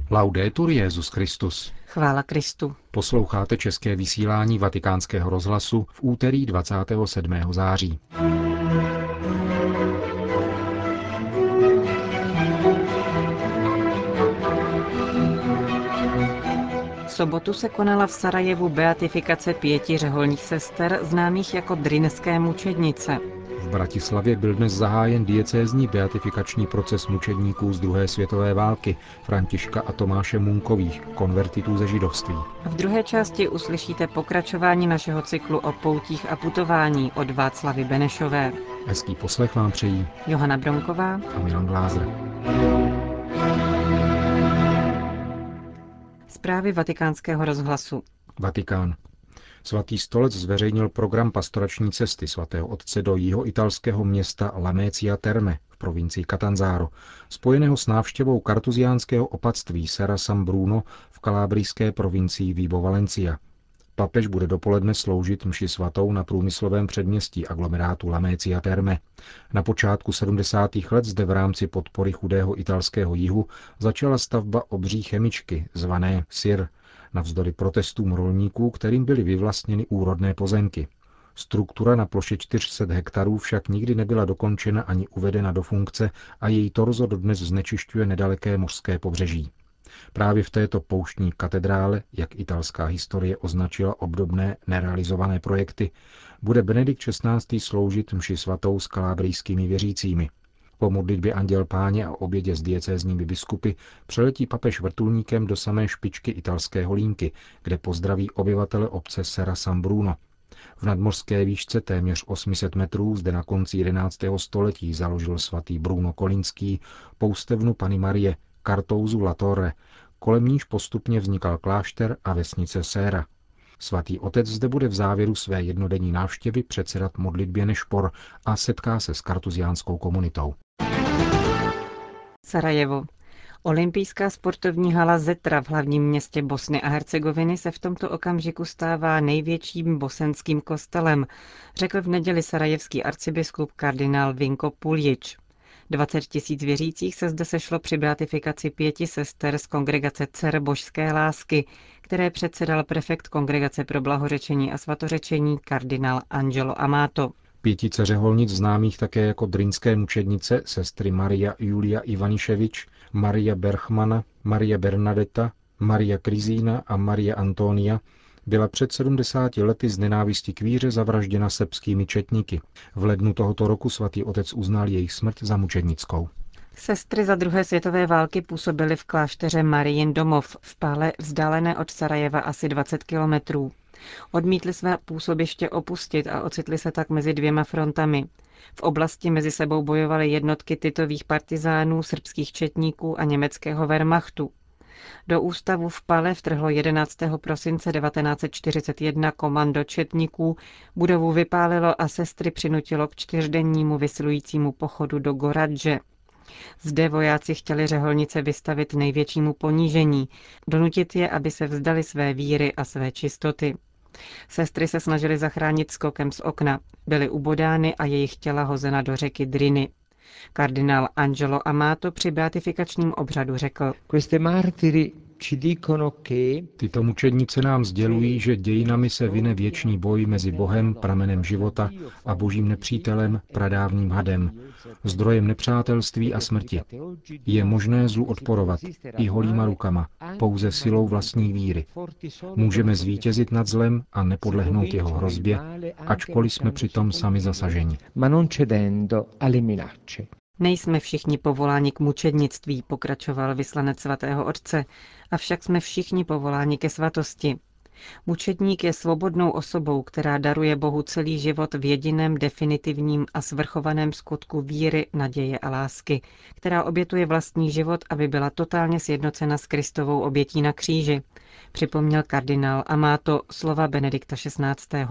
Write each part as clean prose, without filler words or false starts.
Laudetur Jesus Christus. Chvála Kristu. Posloucháte české vysílání Vatikánského rozhlasu v úterý 27. září. V sobotu se konala v Sarajevu beatifikace 5 řeholních sester, známých jako drinské mučednice. V Bratislavě byl dnes zahájen diecézní beatifikační proces mučedníků z druhé světové války Františka a Tomáše Munkových, konvertitů ze židovství. V druhé části uslyšíte pokračování našeho cyklu o poutích a putování od Václavy Benešové. Hezký poslech vám přejí Johana Bronková a Milan Glázer. Zprávy Vatikánského rozhlasu. Vatikán. Svatý stolec zveřejnil program pastorační cesty svatého otce do jihoitalského města Lamezia Terme v provincii Catanzaro, spojeného s návštěvou kartuziánského opatství Serra San Bruno v kalábrijské provincii Vibo Valentia. Papež bude dopoledne sloužit mši svatou na průmyslovém předměstí aglomerátu Lamezia Terme. Na počátku 70. let zde v rámci podpory chudého italského jihu začala stavba obří chemičky, zvané SIR, navzdory protestům rolníků, kterým byly vyvlastněny úrodné pozemky. Struktura na ploše 400 hektarů však nikdy nebyla dokončena ani uvedena do funkce a její torzo dodnes znečišťuje nedaleké mořské pobřeží. Právě v této pouštní katedrále, jak italská historie označila obdobné nerealizované projekty, bude Benedikt XVI. Sloužit mši svatou s kalábrijskými věřícími. Po modlitbě Anděl Páně a obědě s diecézními biskupy přeletí papež vrtulníkem do samé špičky italské Holínky, kde pozdraví obyvatele obce Serra San Bruno. V nadmořské výšce téměř 800 metrů zde na konci 11. století založil svatý Bruno Kolínský poustevnu Panny Marie, Kartouzu La Torre, kolem níž postupně vznikal klášter a vesnice Serra. Svatý otec zde bude v závěru své jednodenní návštěvy předsedat modlitbě Nešpor a setká se s kartuziánskou komunitou. Sarajevo. Olympijská sportovní hala Zetra v hlavním městě Bosny a Hercegoviny se v tomto okamžiku stává největším bosenským kostelem, řekl v neděli sarajevský arcibiskup kardinál Vinko Puljič. 20 000 věřících se zde sešlo při beatifikaci 5 sester z kongregace Dcer božské lásky, které předsedal prefekt Kongregace pro blahořečení a svatořečení kardinál Angelo Amato. 5 řeholnic známých také jako drinské mučednice, sestry Maria Julia Ivaniševič, Maria Berchmana, Maria Bernadetta, Maria Krizína a Maria Antonia, byla před 70 lety z nenávisti k víře zavražděna srbskými četníky. V lednu tohoto roku svatý otec uznal jejich smrt za mučednickou. Sestry za druhé světové války působily v klášteře Marijin domov v Pále, vzdálené od Sarajeva asi 20 kilometrů. Odmítli své působiště opustit a ocitli se tak mezi dvěma frontami. V oblasti mezi sebou bojovaly jednotky titových partizánů, srbských četníků a německého Wehrmachtu. Do ústavu v Pale vtrhlo 11. prosince 1941 komando četníků, budovu vypálilo a sestry přinutilo k 4dennímu vysilujícímu pochodu do Goradže. Zde vojáci chtěli řeholnice vystavit největšímu ponížení, donutit je, aby se vzdali své víry a své čistoty. Sestry se snažily zachránit skokem z okna, byly ubodány a jejich těla hozena do řeky Driny. Kardinál Angelo Amato při beatifikačním obřadu řekl: Tyto mučednice nám sdělují, že dějinami se vine věčný boj mezi Bohem, pramenem života, a božím nepřítelem, pradávným hadem, zdrojem nepřátelství a smrti. Je možné zlu odporovat i holýma rukama, pouze silou vlastní víry. Můžeme zvítězit nad zlem a nepodlehnout jeho hrozbě, ačkoliv jsme přitom sami zasaženi. Nejsme všichni povoláni k mučednictví, pokračoval vyslanec svatého otce, avšak jsme všichni povoláni ke svatosti. Mučedník je svobodnou osobou, která daruje Bohu celý život v jediném, definitivním a svrchovaném skutku víry, naděje a lásky, která obětuje vlastní život, aby byla totálně sjednocena s Kristovou obětí na kříži, připomněl kardinál Amato slova Benedikta XVI.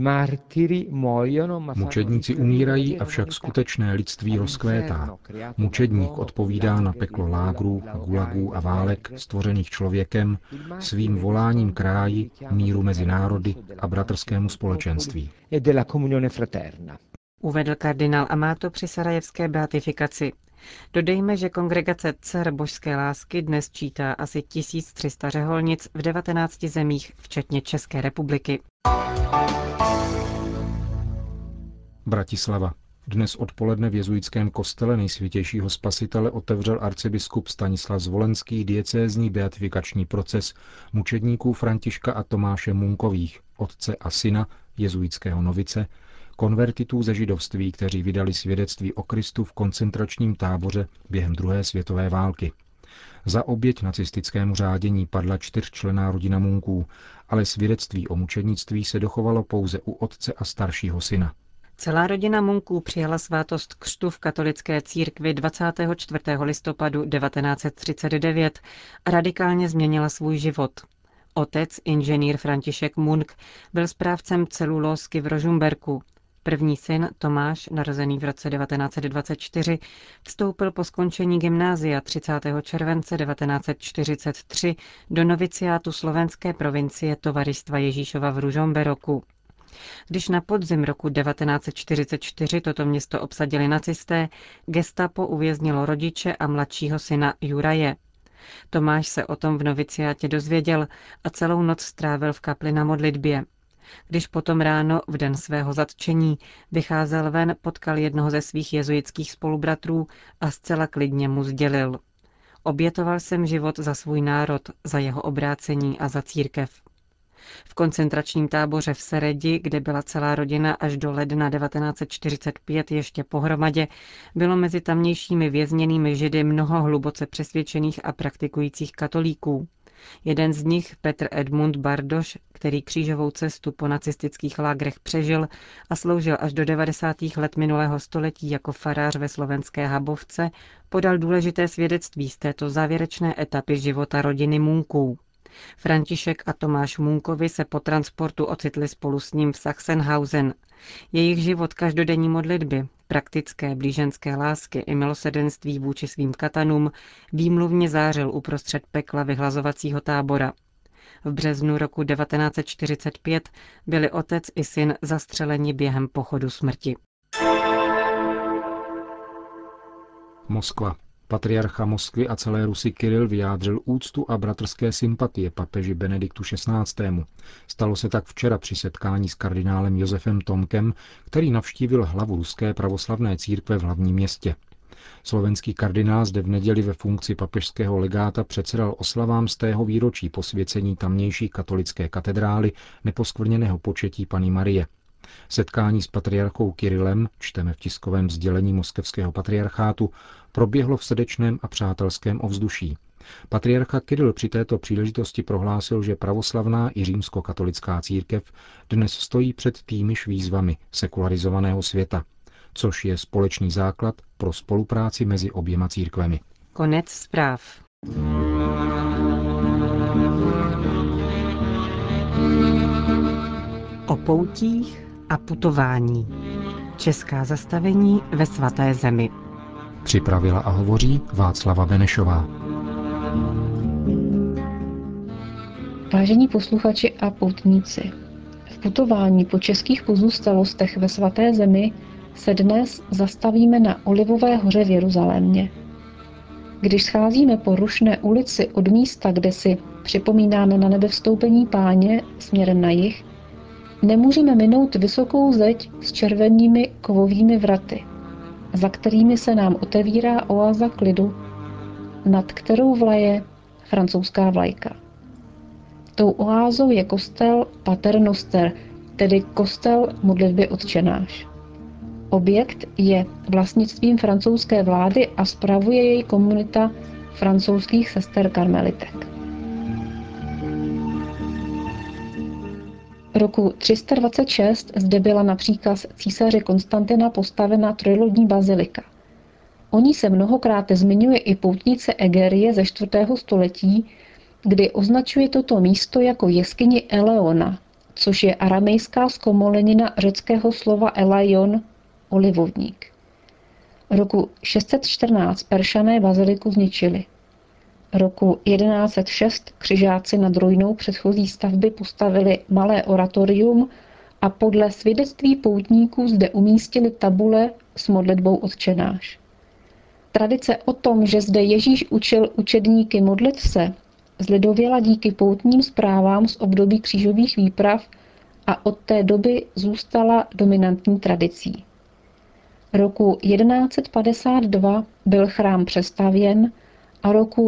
Mučedníci umírají, avšak skutečné lidství rozkvétá. Mučedník odpovídá na peklo lágrů, gulagů a válek stvořených člověkem svým voláním k ráji, míru mezi národy a bratrskému společenství. Uvedl kardinál Amato při sarajevské beatifikaci. Dodejme, že kongregace Dcer božské lásky dnes čítá asi 1300 řeholnic v 19 zemích, včetně České republiky. Bratislava. Dnes odpoledne v jezuitském kostele Nejsvětějšího Spasitele otevřel arcibiskup Stanislav Zvolenský diecézní beatifikační proces mučedníků Františka a Tomáše Munkových, otce a syna, jezuitského novice, konvertitů ze židovství, kteří vydali svědectví o Kristu v koncentračním táboře během druhé světové války. Za oběť nacistickému řádění padla 4členná rodina Munků, ale svědectví o mučednictví se dochovalo pouze u otce a staršího syna. Celá rodina Munků přijala svátost křtu v katolické církvi 24. listopadu 1939 a radikálně změnila svůj život. Otec, inženýr František Munk, byl správcem celulózky v Rožumberku. První syn, Tomáš, narozený v roce 1924, vstoupil po skončení gymnázia 30. července 1943 do noviciátu slovenské provincie Tovaristva Ježíšova v Ružomberoku. Když na podzim roku 1944 toto město obsadili nacisté, gestapo uvěznilo rodiče a mladšího syna Juraje. Tomáš se o tom v noviciátě dozvěděl a celou noc strávil v kapli na modlitbě. Když potom ráno, v den svého zatčení, vycházel ven, potkal jednoho ze svých jezuitských spolubratrů a zcela klidně mu sdělil: Obětoval jsem život za svůj národ, za jeho obrácení a za církev. V koncentračním táboře v Seredi, kde byla celá rodina až do ledna 1945 ještě pohromadě, bylo mezi tamnějšími vězněnými Židy mnoho hluboce přesvědčených a praktikujících katolíků. Jeden z nich, Petr Edmund Bardoš, který křížovou cestu po nacistických lágrech přežil a sloužil až do 90. let minulého století jako farář ve slovenské Habovce, podal důležité svědectví z této závěrečné etapy života rodiny Munků. František a Tomáš Munkovi se po transportu ocitli spolu s ním v Sachsenhausen. Jejich život každodenní modlitby, praktické blíženské lásky i milosrdenství vůči svým katanům výmluvně zářil uprostřed pekla vyhlazovacího tábora. V březnu roku 1945 byli otec i syn zastřeleni během pochodu smrti. Moskva. Patriarcha Moskvy a celé Rusy Kiril vyjádřil úctu a bratrské sympatie papeži Benediktu XVI. Stalo se tak včera při setkání s kardinálem Josefem Tomkem, který navštívil hlavu ruské pravoslavné církve v hlavním městě. Slovenský kardinál zde v neděli ve funkci papežského legáta předsedal oslavám z tého výročí posvěcení tamnější katolické katedrály neposkvrněného početí Panny Marie. Setkání s patriarchou Kirilem, čteme v tiskovém sdělení moskevského patriarchátu, proběhlo v srdečném a přátelském ovzduší. Patriarcha Kiril při této příležitosti prohlásil, že pravoslavná i římskokatolická církev dnes stojí před týmiž výzvami sekularizovaného světa, což je společný základ pro spolupráci mezi oběma církvemi. Konec zpráv. O poutích a putování. Česká zastavení ve svaté zemi. Připravila a hovoří Václava Benešová. Vážení posluchači a poutníci, v putování po českých pozůstalostech ve svaté zemi se dnes zastavíme na Olivové hoře v Jeruzalémě. Když scházíme po Rušné ulici od místa, kde si připomínáme na nebevstoupení Páně směrem na jih, nemůžeme minout vysokou zeď s červenými kovovými vraty, za kterými se nám otevírá oáza klidu, nad kterou vlaje francouzská vlajka. Tou oázou je kostel Pater Noster, tedy kostel modlitby Otčenáš. Objekt je vlastnictvím francouzské vlády a spravuje jej komunita francouzských sester karmelitek. Roku 326 zde byla na příkaz císaře Konstantina postavena trojlodní bazilika. O ní se mnohokrát zmiňuje i poutnice Egerie ze 4. století, kdy označuje toto místo jako jeskyni Eleona, což je aramejská zkomolenina řeckého slova elaion, olivovník. Roku 614 Peršané baziliku zničili. Roku 1106 křižáci nad ruinou předchozí stavby postavili malé oratorium a podle svědectví poutníků zde umístili tabule s modlitbou Otčenáš. Tradice o tom, že zde Ježíš učil učedníky modlit se, zlidověla díky poutním zprávám z období křížových výprav a od té doby zůstala dominantní tradicí. Roku 1152 byl chrám přestavěn a roku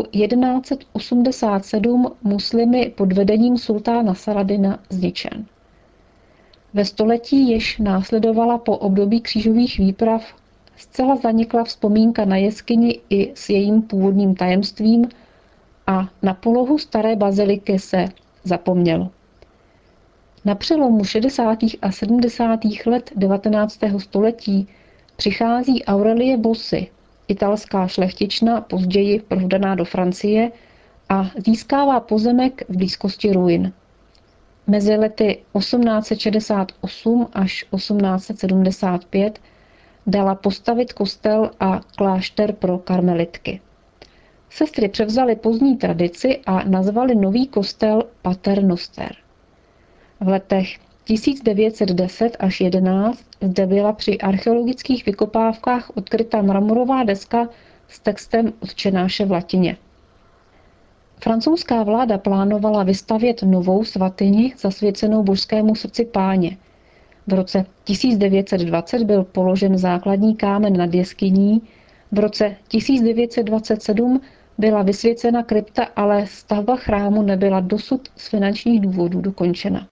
1187 muslimy pod vedením sultána Saladina zničen. Ve století, jež následovala po období křížových výprav, zcela zanikla vzpomínka na jeskyni i s jejím původním tajemstvím a na polohu staré baziliky se zapomnělo. Na přelomu 60. a 70. let 19. století přichází Aurelie Bossi, italská šlechtična, později provdaná do Francie, a získává pozemek v blízkosti ruin. Mezi lety 1868 až 1875 dala postavit kostel a klášter pro karmelitky. Sestry převzaly pozdní tradici a nazvali nový kostel Pater Noster. V letech 1910 až 11 zde byla při archeologických vykopávkách odkryta mramorová deska s textem Otčenáše v latině. Francouzská vláda plánovala vystavět novou svatyni zasvěcenou Božskému srdci Páně. V roce 1920 byl položen základní kámen nad jeskyní, v roce 1927 byla vysvěcena krypta, ale stavba chrámu nebyla dosud z finančních důvodů dokončena.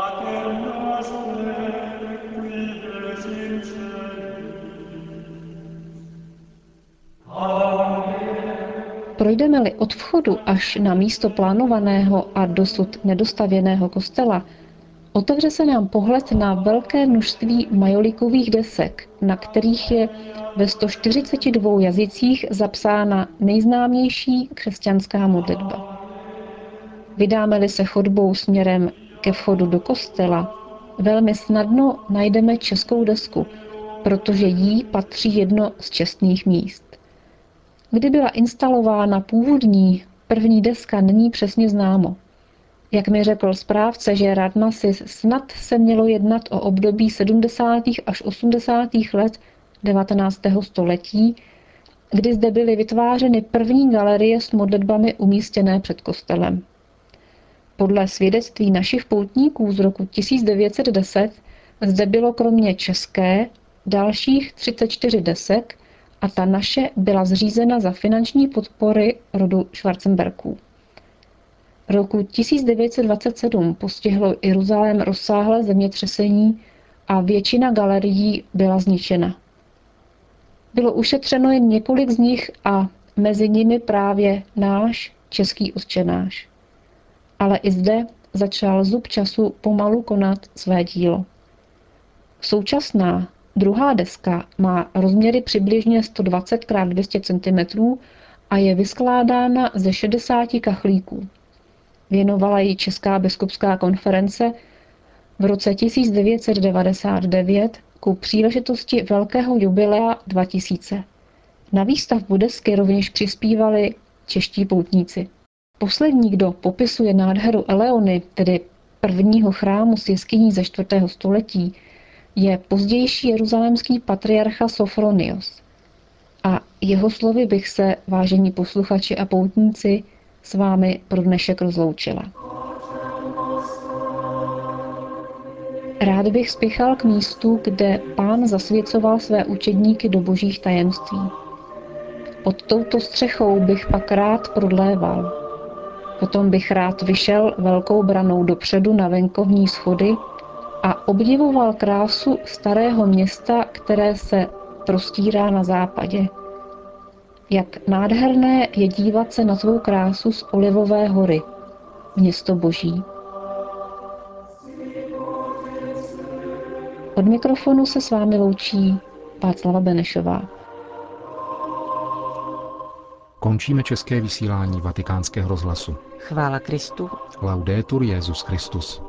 Projdeme-li od vchodu až na místo plánovaného a dosud nedostavěného kostela, otevře se nám pohled na velké množství majolikových desek, na kterých je ve 142 jazycích zapsána nejznámější křesťanská modlitba. Vydáme-li se chodbou směrem ke vchodu do kostela, velmi snadno najdeme českou desku, protože jí patří jedno z čestných míst. Kdy byla instalována původní první deska, není přesně známo. Jak mi řekl správce Gérard Massis, snad se mělo jednat o období 70. až 80. let 19. století, kdy zde byly vytvářeny první galerie s modlitbami umístěné před kostelem. Podle svědectví našich poutníků z roku 1910 zde bylo kromě české dalších 34 desek a ta naše byla zřízena za finanční podpory rodu Schwarzenbergů. Roku 1927 postihlo Jeruzalém rozsáhlé zemětřesení a většina galerií byla zničena. Bylo ušetřeno jen několik z nich a mezi nimi právě náš český Otčenáš. Ale i zde začal zub času pomalu konat své dílo. Současná druhá deska má rozměry přibližně 120 x 200 cm a je vyskládána ze 60 kachlíků. Věnovala ji Česká biskupská konference v roce 1999 ku příležitosti velkého jubilea 2000. Na výstavbu desky rovněž přispívali čeští poutníci. Poslední, kdo popisuje nádheru Eleony, tedy prvního chrámu s jeskyní ze 4. století, je pozdější jeruzalémský patriarcha Sofronios. A jeho slovy bych se, vážení posluchači a poutníci, s vámi pro dnešek rozloučila. Rád bych spěchal k místu, kde Pán zasvěcoval své učedníky do božích tajemství. Pod touto střechou bych pak rád prodléval. Potom bych rád vyšel velkou branou dopředu na venkovní schody a obdivoval krásu starého města, které se prostírá na západě. Jak nádherné je dívat se na svou krásu z Olivové hory, město Boží. Od mikrofonu se s vámi loučí Václava Benešová. Končíme české vysílání Vatikánského rozhlasu. Chvála Kristu. Laudetur Jesus Christus.